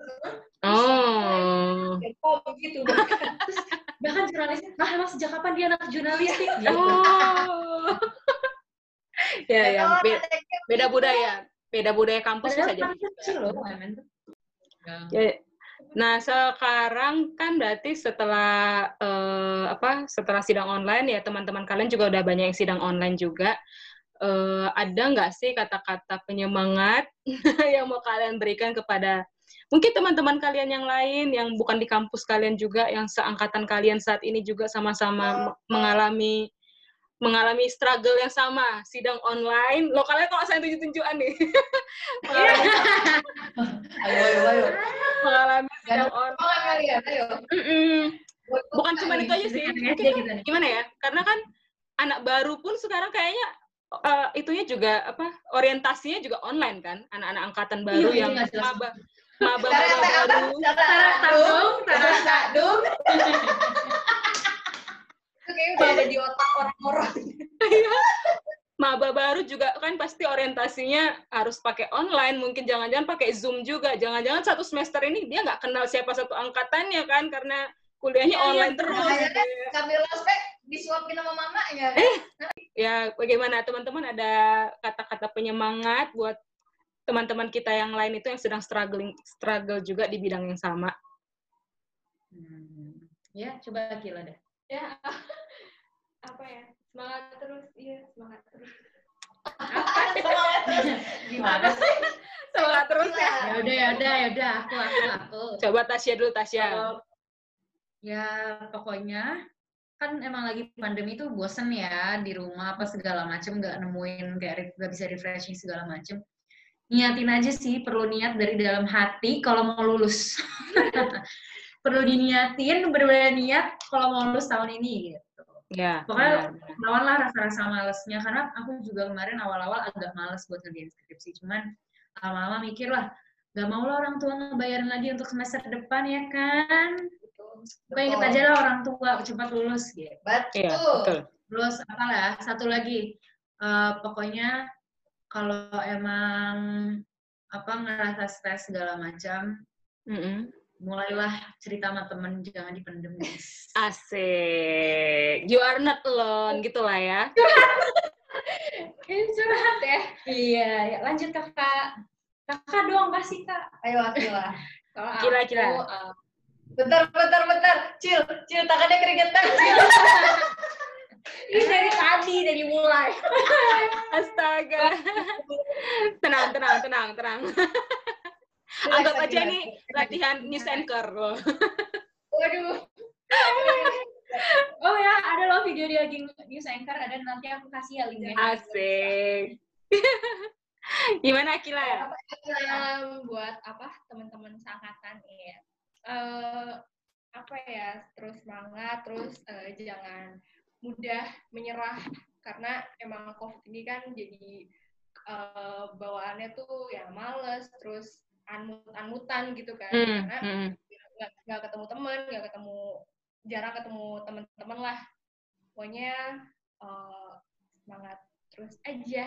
Oh. Oh, begitu. Bahkan jurnalistik. Nah, emang sejak kapan dia anak jurnalistik? Gitu. Oh. Ya ya, be- beda budaya, beda budaya kampus bisa Padahal jadi. kan kecil loh, U M N tuh. Ya, nah sekarang kan berarti setelah eh, apa setelah sidang online ya teman-teman kalian juga udah banyak yang sidang online juga. Eh, ada nggak sih kata-kata penyemangat yang mau kalian berikan kepada mungkin teman-teman kalian yang lain yang bukan di kampus kalian juga, yang seangkatan kalian saat ini juga sama-sama mengalami mengalami struggle yang sama, sidang online. Lo kalian kalau saya tunjuk-tunjukan nih. mengalami, Ayo, ayo, ayo. mengalami sidang Jangan online. Oh, kalian, ayo. Mm-mm. Bukan cuma nih. itu aja sih. Aja Mungkin gitu nih. gimana ya? Karena kan anak baru pun sekarang kayaknya eh, itunya juga apa? Orientasinya juga online kan? Anak-anak angkatan baru Iya, yang iya, jelas. maba maba Tarak, maba tarak, baru. tarak, Tadung, tarak, tadung. Itu kayaknya udah ada di otak orang-orang. Maba baru juga kan pasti orientasinya harus pakai online, mungkin jangan-jangan pakai Zoom juga. Jangan-jangan satu semester ini dia nggak kenal siapa satu angkatannya kan, karena kuliahnya Iya, online iya, terus. makanya gitu ya. Sambil ospek disuapin sama mamanya. Ya, bagaimana teman-teman ada kata-kata penyemangat buat teman-teman kita yang lain itu yang sedang struggling struggle juga di bidang yang sama? Hmm. Ya, coba Kila deh. Ya. Apa ya? Semangat terus. Iya, semangat terus. Semangat terus. Gimana sih? Semangat terus ya. Ya udah, ya udah, ya udah. Aku, aku, aku. Coba Tasya dulu, Tasya. Kalau ya pokoknya kan emang lagi pandemi tuh bosen ya di rumah apa segala macem, nggak nemuin kayak nggak bisa refreshing segala macem. Niatin aja sih, perlu niat dari dalam hati kalau mau lulus. Perlu diniatin, bener-bener niat kalau mau lulus tahun ini gitu. Ya, Pokoknya benar. lawanlah rasa-rasa malesnya, karena aku juga kemarin awal-awal agak males buat ngerjain skripsi, cuman lama-lama mikir lah, gak mau lah orang tua ngebayarin lagi untuk semester depan ya kan. Pokoknya inget aja lah orang tua cepat lulus gitu. Betul. Iya, betul. Terus apalah satu lagi, uh, pokoknya kalau emang apa ngerasa stres segala macam, Mm-mm. mulailah cerita sama temen, jangan dipendem guys. Asik, you are not alone gitu lah ya. Ini curhat ya. Iya, ya, lanjut kakak. Kakak doang pasti kak. Ayo Akila. Kalau Gila, aku, gila. uh, Bentar, bentar, bentar. Cil, Cil, tangannya keringetan. Cil. ini dari tadi, dari mulai. Astaga. Tenang, tenang, tenang, tenang. Anggap Relax, aja relax. nih latihan news anchor loh. Waduh. Oh ya, ada loh video dia lagi news anchor, ada nanti aku kasih ya linknya. Asik. Gimana Akila ya? Um, buat apa teman-teman seangkatan ya. Uh, apa ya, terus semangat, terus uh, jangan mudah menyerah karena emang COVID ini kan jadi uh, bawaannya tuh ya males, terus anmut-anmutan gitu kan, Hmm, karena hmm. nggak nggak ketemu temen, nggak ketemu jarang ketemu teman-teman lah, pokoknya uh, semangat terus aja.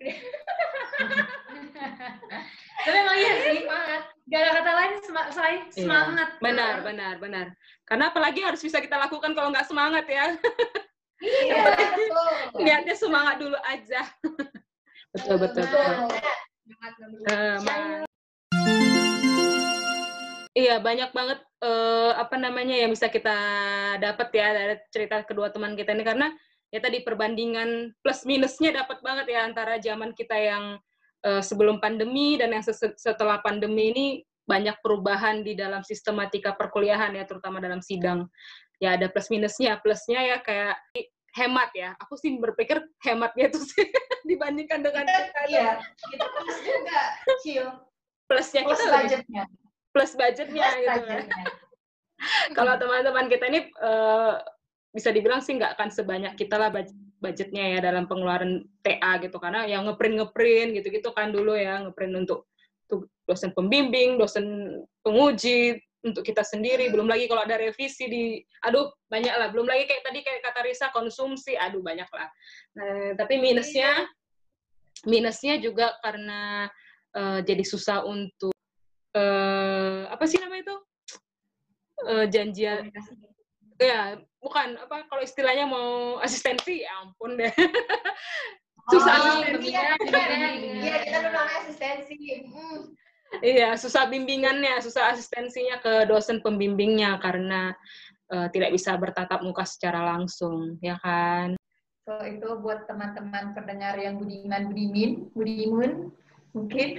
Tapi emang iya sih, Semangat. gak ada kata lain sema- selain semangat. Iya, benar, benar, benar. Karena apalagi harus bisa kita lakukan kalau nggak semangat ya. Iya, betul. Niatnya semangat dulu aja. Betul, betul, betul. Semangat nomor dua. Semangat. Iya, banyak banget eh, apa namanya yang bisa kita dapat ya dari cerita kedua teman kita ini, karena ya tadi perbandingan plus minusnya dapat banget ya antara zaman kita yang eh, sebelum pandemi dan yang ses- setelah pandemi ini. Banyak perubahan di dalam sistematika perkuliahan ya, terutama dalam sidang. Ya ada plus minusnya. Plusnya ya kayak hemat ya. Aku sih berpikir hematnya itu sih dibandingkan dengan kita. Iya, kita plus juga, Cil. Plusnya Plus kita lebih- budgetnya. plus budgetnya Plus gitu ya. budgetnya. Kalau teman-teman kita ini uh, bisa dibilang sih nggak akan sebanyak kita lah budgetnya ya dalam pengeluaran T A gitu, karena yang ngeprint ngeprint gitu-gitu kan dulu ya, ngeprint untuk, untuk dosen pembimbing, dosen penguji, untuk kita sendiri, belum lagi kalau ada revisi di, aduh banyak lah, belum lagi kayak tadi kayak kata Risa konsumsi, aduh banyak lah. Nah, tapi minusnya, minusnya juga karena uh, jadi susah untuk uh, apa sih namanya itu? Uh, janjian ya bukan apa kalau istilahnya mau asistensi ya ampun deh susah Oh, asistensi iya, iya, iya, iya. iya, kita dulu namanya asistensi. Hmm. iya susah bimbingannya, susah asistensinya ke dosen pembimbingnya karena uh, tidak bisa bertatap muka secara langsung ya kan. So itu buat teman-teman pendengar yang budiman budimin budimun mungkin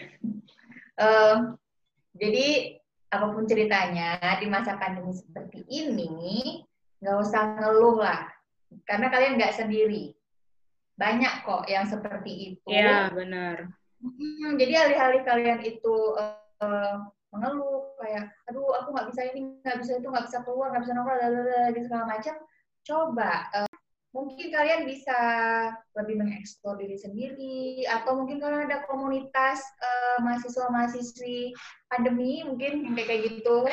um, jadi apapun ceritanya di masa pandemi seperti ini, nggak usah ngeluh lah, karena kalian nggak sendiri. Banyak kok yang seperti itu. Iya, benar. Hmm, jadi alih-alih kalian itu uh, mengeluh, kayak, aduh aku nggak bisa ini, nggak bisa itu, nggak bisa keluar, nggak bisa nongkrong, gitu segala macam, coba. Uh, mungkin kalian bisa lebih mengeksplor diri sendiri, atau mungkin kalian ada komunitas uh, mahasiswa-mahasiswi pandemi, mungkin kayak kayak gitu.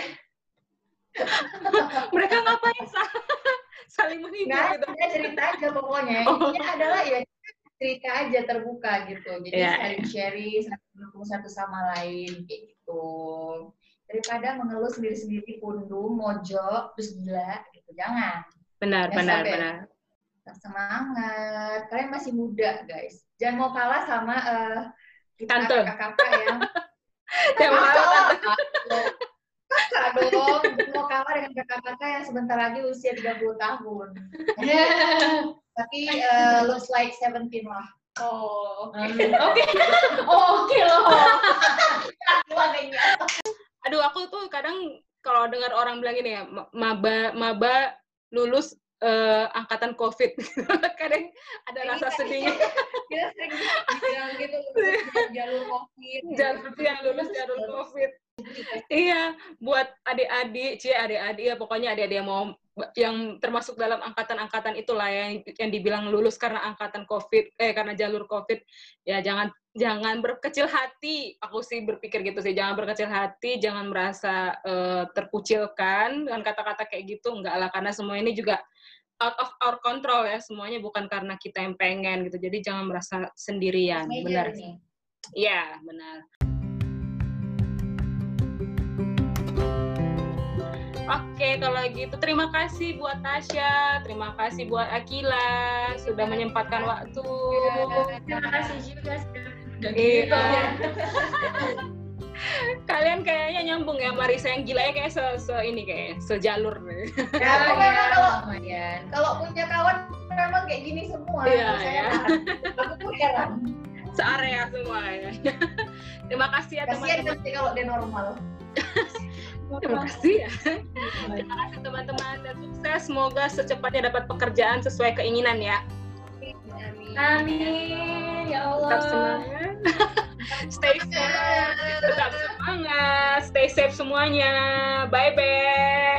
Mereka ngapain saling menghibur Nggak, gitu? kita cerita aja pokoknya. Intinya oh. adalah ya cerita aja terbuka gitu. Jadi yeah. sharing-sharing satu, satu sama lain kayak gitu. Daripada mengeluh sendiri-sendiri pundu, mojok, terus gila gitu. Jangan. Benar, ya, benar, sampai. benar. Semangat, kalian masih muda guys, jangan mau kalah sama uh, kita kakak-kakak yang jangan mau kalah kakak dong, jangan mau kalah dengan kakak-kakak yang sebentar lagi usia tiga puluh tahun. Tapi uh, looks like seventeen lah. Oh, oke. Okay. Oke. Oh, oke loh. Aduh, aku tuh kadang kalau dengar orang bilang gini ya, maba maba lulus uh, angkatan COVID. Kadang ada rasa sedihnya. Kita sering bilang gitu, jalur COVID. Jalur yang lulus jalur COVID. Iya, buat adik-adik, cie adik-adik ya pokoknya adik-adik yang mau yang termasuk dalam angkatan-angkatan itulah yang yang dibilang lulus karena angkatan COVID, eh karena jalur COVID, ya jangan jangan berkecil hati. Aku sih berpikir gitu sih, jangan berkecil hati, jangan merasa uh, terkucilkan dengan kata-kata kayak gitu, enggak lah, karena semua ini juga out of our control ya, semuanya bukan karena kita yang pengen gitu. Jadi jangan merasa sendirian, benar. Iya, benar. Oke, kalau gitu terima kasih buat Tasya, terima kasih buat Akila sudah menyempatkan waktu. Terima kasih juga sudah gitu. Kalian kayaknya nyambung ya, Marisa yang gila ya kayak se, se ini kayak sejalur. Ya, ya, kalau kalau punya kawan memang kayak gini semua. Iya ya. Aku tuh heran. Searea semua ya. Terima kasih ya teman-teman. Kasihan kalau dia normal. Terima kasih ya. Terima kasih teman-teman dan sukses. Semoga secepatnya dapat pekerjaan sesuai keinginan ya. Amin. Amin. Ya Allah. Tetap semangat. Stay safe. Tetap semangat. Stay safe semuanya. Bye bye.